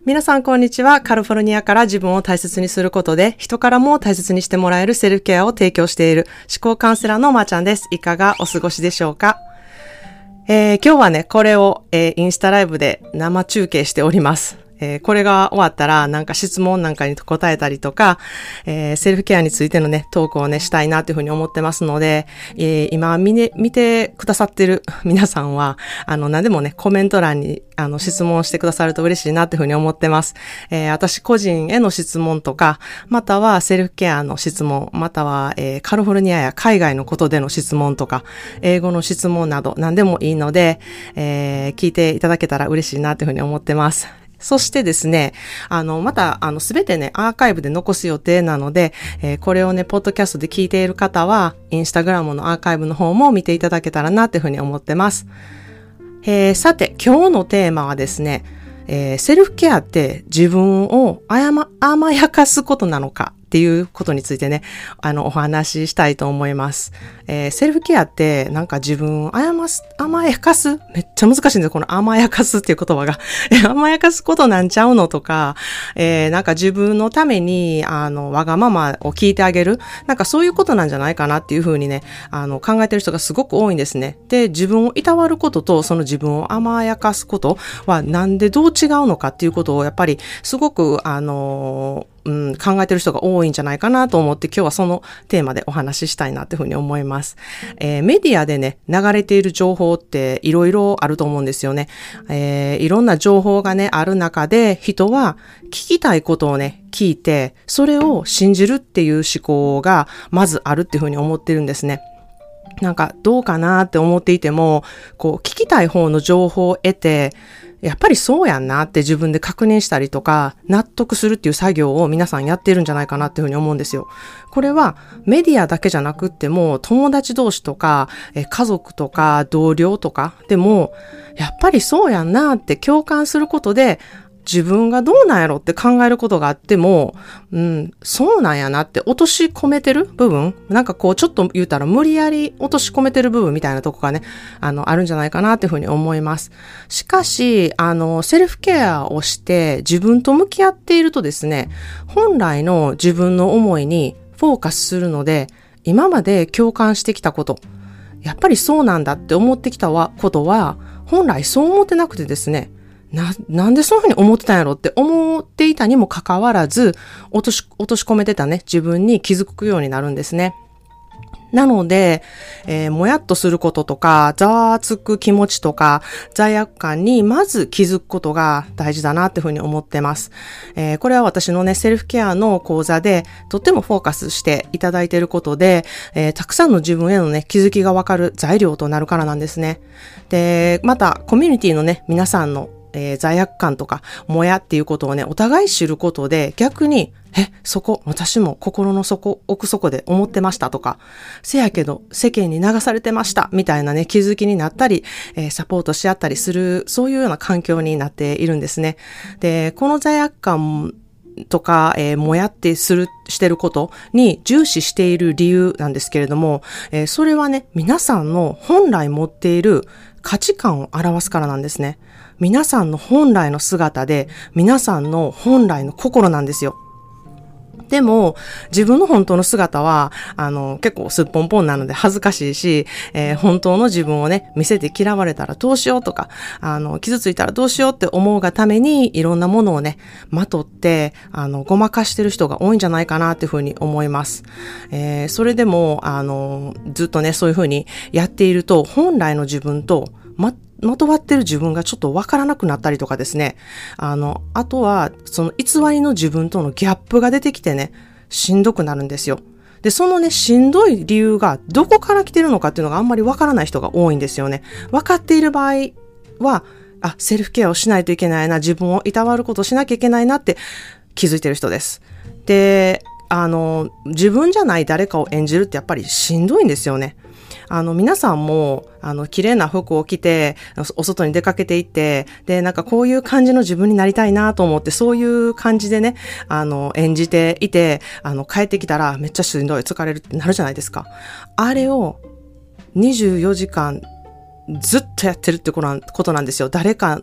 皆さんこんにちは。カリフォルニアから自分を大切にすることで人からも大切にしてもらえるセルフケアを提供している思考カウンセラーのまーちゃんです。いかがお過ごしでしょうか？今日はね、これを、インスタライブで生中継しております。これが終わったらなんか質問なんかに答えたりとか、セルフケアについてのね、トークをね、したいなというふうに思ってますので、今見てくださってる皆さんは、何でもね、コメント欄に質問してくださると嬉しいなというふうに思ってます。私個人への質問とか、またはセルフケアの質問、または、カリフォルニアや海外のことでの質問とか、英語の質問など何でもいいので、聞いていただけたら嬉しいなというふうに思ってます。そしてですね、また、すべてね、アーカイブで残す予定なので、これをね、ポッドキャストで聞いている方は、インスタグラムのアーカイブの方も見ていただけたらな、というふうに思ってます。さて、今日のテーマはですね、セルフケアって自分を甘やかすことなのかっていうことについてね、お話ししたいと思います。セルフケアってなんか自分を甘やかすめっちゃ難しいんですよ。この甘やかすっていう言葉が。甘やかすことなんちゃうのとか、なんか自分のために、わがままを聞いてあげる。なんかそういうことなんじゃないかなっていうふうにね、考えてる人がすごく多いんですね。で、自分をいたわることと、その自分を甘やかすことはなんでどう違うのかっていうことをやっぱりすごく、考えてる人が多いんじゃないかなと思って今日はそのテーマでお話ししたいなというふうに思います。メディアでね、流れている情報っていろいろあると思うんですよね。いろんな情報がね、ある中で人は聞きたいことをね、聞いて、それを信じるっていう思考がまずあるっていうふうに思ってるんですね。なんかどうかなって思っていても、こう聞きたい方の情報を得て、やっぱりそうやんなって自分で確認したりとか、納得するっていう作業を皆さんやってるんじゃないかなっていうふうに思うんですよ。これはメディアだけじゃなくっても、友達同士とか、家族とか同僚とかでも、やっぱりそうやんなって共感することで、自分がどうなんやろって考えることがあっても、そうなんやなって落とし込めてる部分、なんかこうちょっと言うたら無理やり落とし込めてる部分みたいなとこがね、あるんじゃないかなっていうふうに思います。しかし、セルフケアをして自分と向き合っているとですね、本来の自分の思いにフォーカスするので、今まで共感してきたこと、やっぱりそうなんだって思ってきたことは、本来そう思ってなくてですね、なんでそういうふうに思ってたんやろって思っていたにもかかわらず、落とし込めてたね、自分に気づくようになるんですね。なので、もやっとすることとか、ざわつく気持ちとか、罪悪感にまず気づくことが大事だなっていうふうに思ってます。これは私のね、セルフケアの講座で、とってもフォーカスしていただいていることで、たくさんの自分へのね、気づきがわかる材料となるからなんですね。で、また、コミュニティのね、皆さんの罪悪感とか、もやっていうことをね、お互い知ることで、逆に、私も心の奥底で思ってましたとか、せやけど世間に流されてましたみたいなね、気づきになったり、サポートし合ったりする、そういうような環境になっているんですね。で、この罪悪感とか、もやってしてることに重視している理由なんですけれども、それはね、皆さんの本来持っている価値観を表すからなんですね。皆さんの本来の姿で、皆さんの本来の心なんですよ。でも、自分の本当の姿は、結構すっぽんぽんなので恥ずかしいし、本当の自分をね、見せて嫌われたらどうしようとか、傷ついたらどうしようって思うがために、いろんなものをね、まとって、ごまかしてる人が多いんじゃないかなっていうふうに思います。それでも、ずっとね、そういうふうにやっていると、本来の自分と、まとわってる自分がちょっとわからなくなったりとかですね。あとは、その偽りの自分とのギャップが出てきてね、しんどくなるんですよ。で、そのね、しんどい理由がどこから来てるのかっていうのがあんまりわからない人が多いんですよね。わかっている場合は、セルフケアをしないといけないな、自分をいたわることをしなきゃいけないなって気づいてる人です。で、自分じゃない誰かを演じるってやっぱりしんどいんですよね。皆さんも、綺麗な服を着て、お外に出かけていって、で、なんかこういう感じの自分になりたいなと思って、そういう感じでね、演じていて、帰ってきたらめっちゃしんどい、疲れるってなるじゃないですか。あれを24時間ずっとやってるってことなんですよ。誰かの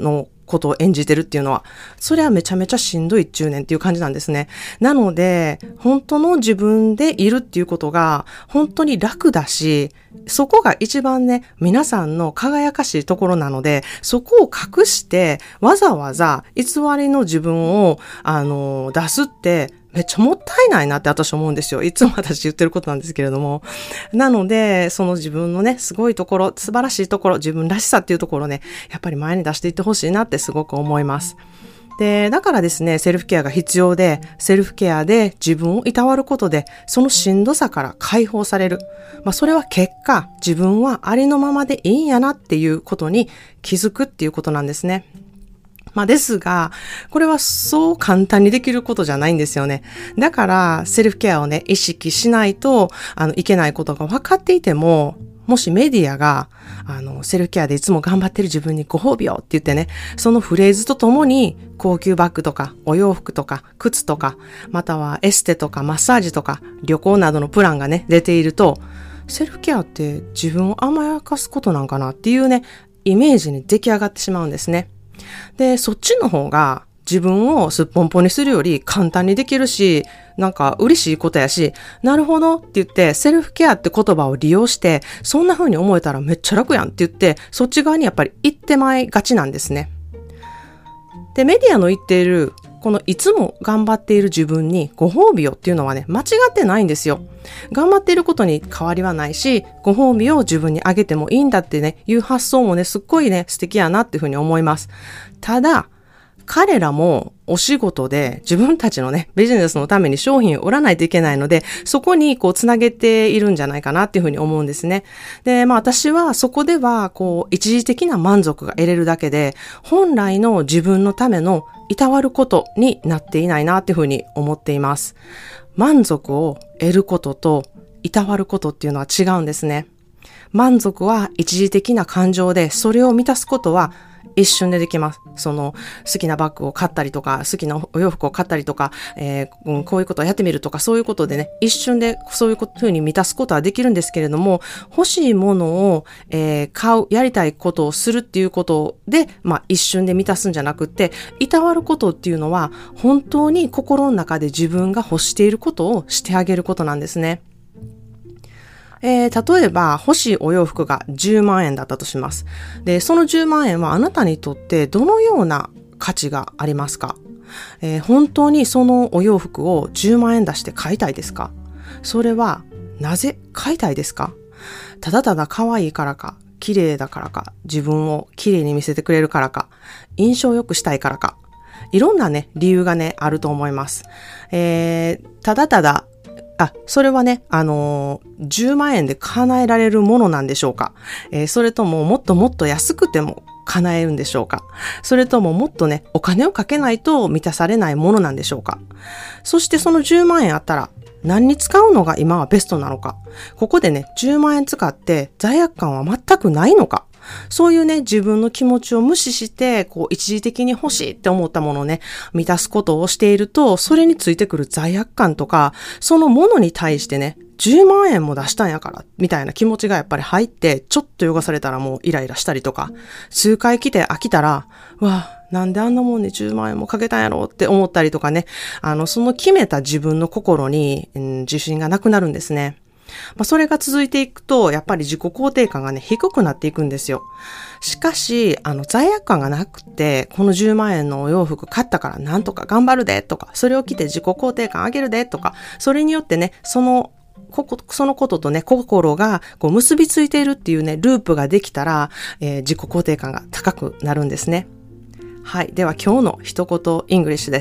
ことを演じてるっていうのは、それはめちゃめちゃしんどい中年っていう感じなんですね。なので、本当の自分でいるっていうことが本当に楽だし、そこが一番ね、皆さんの輝かしいところなので、そこを隠してわざわざ偽りの自分を出すってめっちゃもったいないなって私思うんですよ。いつも私言ってることなんですけれども。なので、その自分のね、すごいところ、素晴らしいところ、自分らしさっていうところをね、やっぱり前に出していってほしいなってすごく思います。で、だからですね、セルフケアが必要で、セルフケアで自分をいたわることで、そのしんどさから解放される。それは結果、自分はありのままでいいんやなっていうことに気づくっていうことなんですね。ですが、これはそう簡単にできることじゃないんですよね。だから、セルフケアをね、意識しないと、いけないことが分かっていても、もしメディアが、セルフケアでいつも頑張ってる自分にご褒美をって言ってね、そのフレーズとともに、高級バッグとか、お洋服とか、靴とか、またはエステとか、マッサージとか、旅行などのプランがね、出ていると、セルフケアって自分を甘やかすことなんかなっていうね、イメージに出来上がってしまうんですね。で、そっちの方が自分をすっぽんぽんにするより簡単にできるし、なんか嬉しいことやし、なるほどって言ってセルフケアって言葉を利用して、そんな風に思えたらめっちゃ楽やんって言って、そっち側にやっぱり行ってまいがちなんですね。で、メディアの言っている、このいつも頑張っている自分にご褒美をっていうのはね、間違ってないんですよ。頑張っていることに変わりはないし、ご褒美を自分にあげてもいいんだってね、いう発想もね、すっごいね、素敵やなっていうふうに思います。ただ、彼らもお仕事で自分たちのね、ビジネスのために商品を売らないといけないので、そこにつなげているんじゃないかなっていうふうに思うんですね。で、私はそこでは一時的な満足が得れるだけで、本来の自分のためのいたわることになっていないなっていうふうに思っています。満足を得ることといたわることっていうのは違うんですね。満足は一時的な感情で、それを満たすことは一瞬でできます。好きなバッグを買ったりとか、好きなお洋服を買ったりとか、こういうことをやってみるとか、そういうことでね、一瞬でそういうふうに満たすことはできるんですけれども、欲しいものを、買う、やりたいことをするっていうことで、一瞬で満たすんじゃなくって、いたわることっていうのは、本当に心の中で自分が欲していることをしてあげることなんですね。例えば欲しいお洋服が10万円だったとします。で、その10万円はあなたにとってどのような価値がありますか？本当にそのお洋服を10万円出して買いたいですか？それはなぜ買いたいですか？ただただ可愛いからか、綺麗だからか、自分を綺麗に見せてくれるからか、印象良くしたいからか、いろんなね、理由がね、あると思います。ただただそれはね、10万円で叶えられるものなんでしょうか？それとももっともっと安くても叶えるんでしょうか？それとももっとね、お金をかけないと満たされないものなんでしょうか？そしてその10万円あったら何に使うのが今はベストなのか？ここでね、10万円使って罪悪感は全くないのか？そういうね、自分の気持ちを無視して、一時的に欲しいって思ったものをね、満たすことをしていると、それについてくる罪悪感とか、そのものに対してね、10万円も出したんやから、みたいな気持ちがやっぱり入って、ちょっと汚されたらもうイライラしたりとか、数回来て飽きたら、なんであんなもんに10万円もかけたんやろって思ったりとかね、その決めた自分の心に、自信がなくなるんですね。それが続いていくと、やっぱり自己肯定感がね、低くなっていくんですよ。しかし、罪悪感がなくて、この10万円のお洋服買ったからなんとか頑張るでとか、それを着て自己肯定感上げるでとか、それによってね、そのこととね、心が結びついているっていうね、ループができたら、自己肯定感が高くなるんですね。はい。では今日の一言イングリッシュです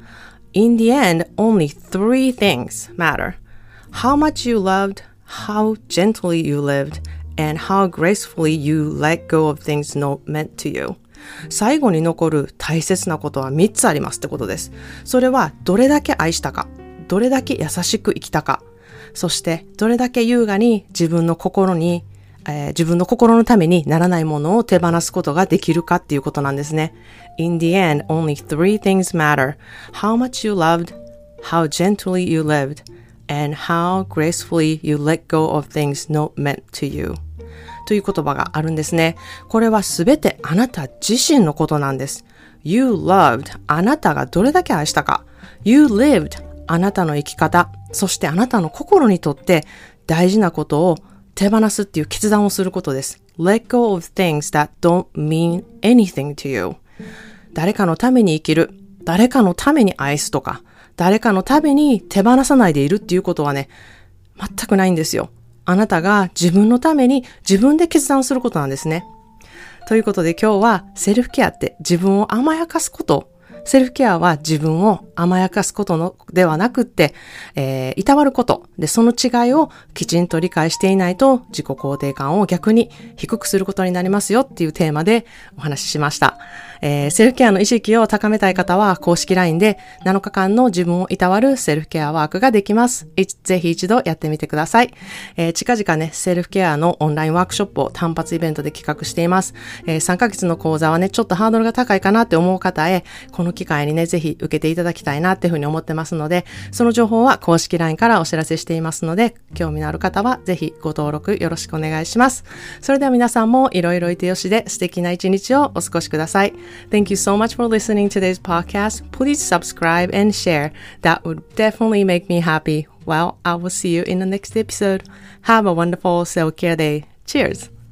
。In the end, only three things matter.How much you loved, how gently you lived, and how gracefully you let go of things not meant to you. 最後に残る大切なことは3つありますってことです。それはどれだけ愛したか、どれだけ優しく生きたか、そしてどれだけ優雅に自分の心のためにならないものを手放すことができるかっていうことなんですね。In the end, only three things matter. How much you loved, how gently you lived,And how gracefully you let go of things not meant to you. という言葉があるんですね。これはすべてあなた自身のことなんです。You loved あなたがどれだけ愛したか。You lived あなたの生き方。そしてあなたの心にとって大事なことを手放すっていう決断をすることです。Let go of things that don't mean anything to you. 誰かのために生きる。誰かのために愛すとか、誰かのために手放さないでいるっていうことはね、全くないんですよ。あなたが自分のために自分で決断することなんですね。ということで今日はセルフケアって自分を甘やかすこと。セルフケアは自分を甘やかすことのではなくって、いたわること。で、その違いをきちんと理解していないと自己肯定感を逆に低くすることになりますよっていうテーマでお話ししました。セルフケアの意識を高めたい方は公式 LINE で7日間の自分をいたわるセルフケアワークができます。ぜひ一度やってみてください。近々ね、セルフケアのオンラインワークショップを単発イベントで企画しています。3ヶ月の講座はね、ちょっとハードルが高いかなって思う方へ、この機会にね、ぜひ受けていただきたいなっていうふうに思ってますので、その情報は公式 LINE からお知らせしていますので、興味のある方はぜひご登録よろしくお願いします。それでは皆さんもいろいろいてよしで素敵な一日をお過ごしください。Thank you so much for listening to today's podcast. Please subscribe and share. That would definitely make me happy. Well, I will see you in the next episode. Have a wonderful self-care day. Cheers!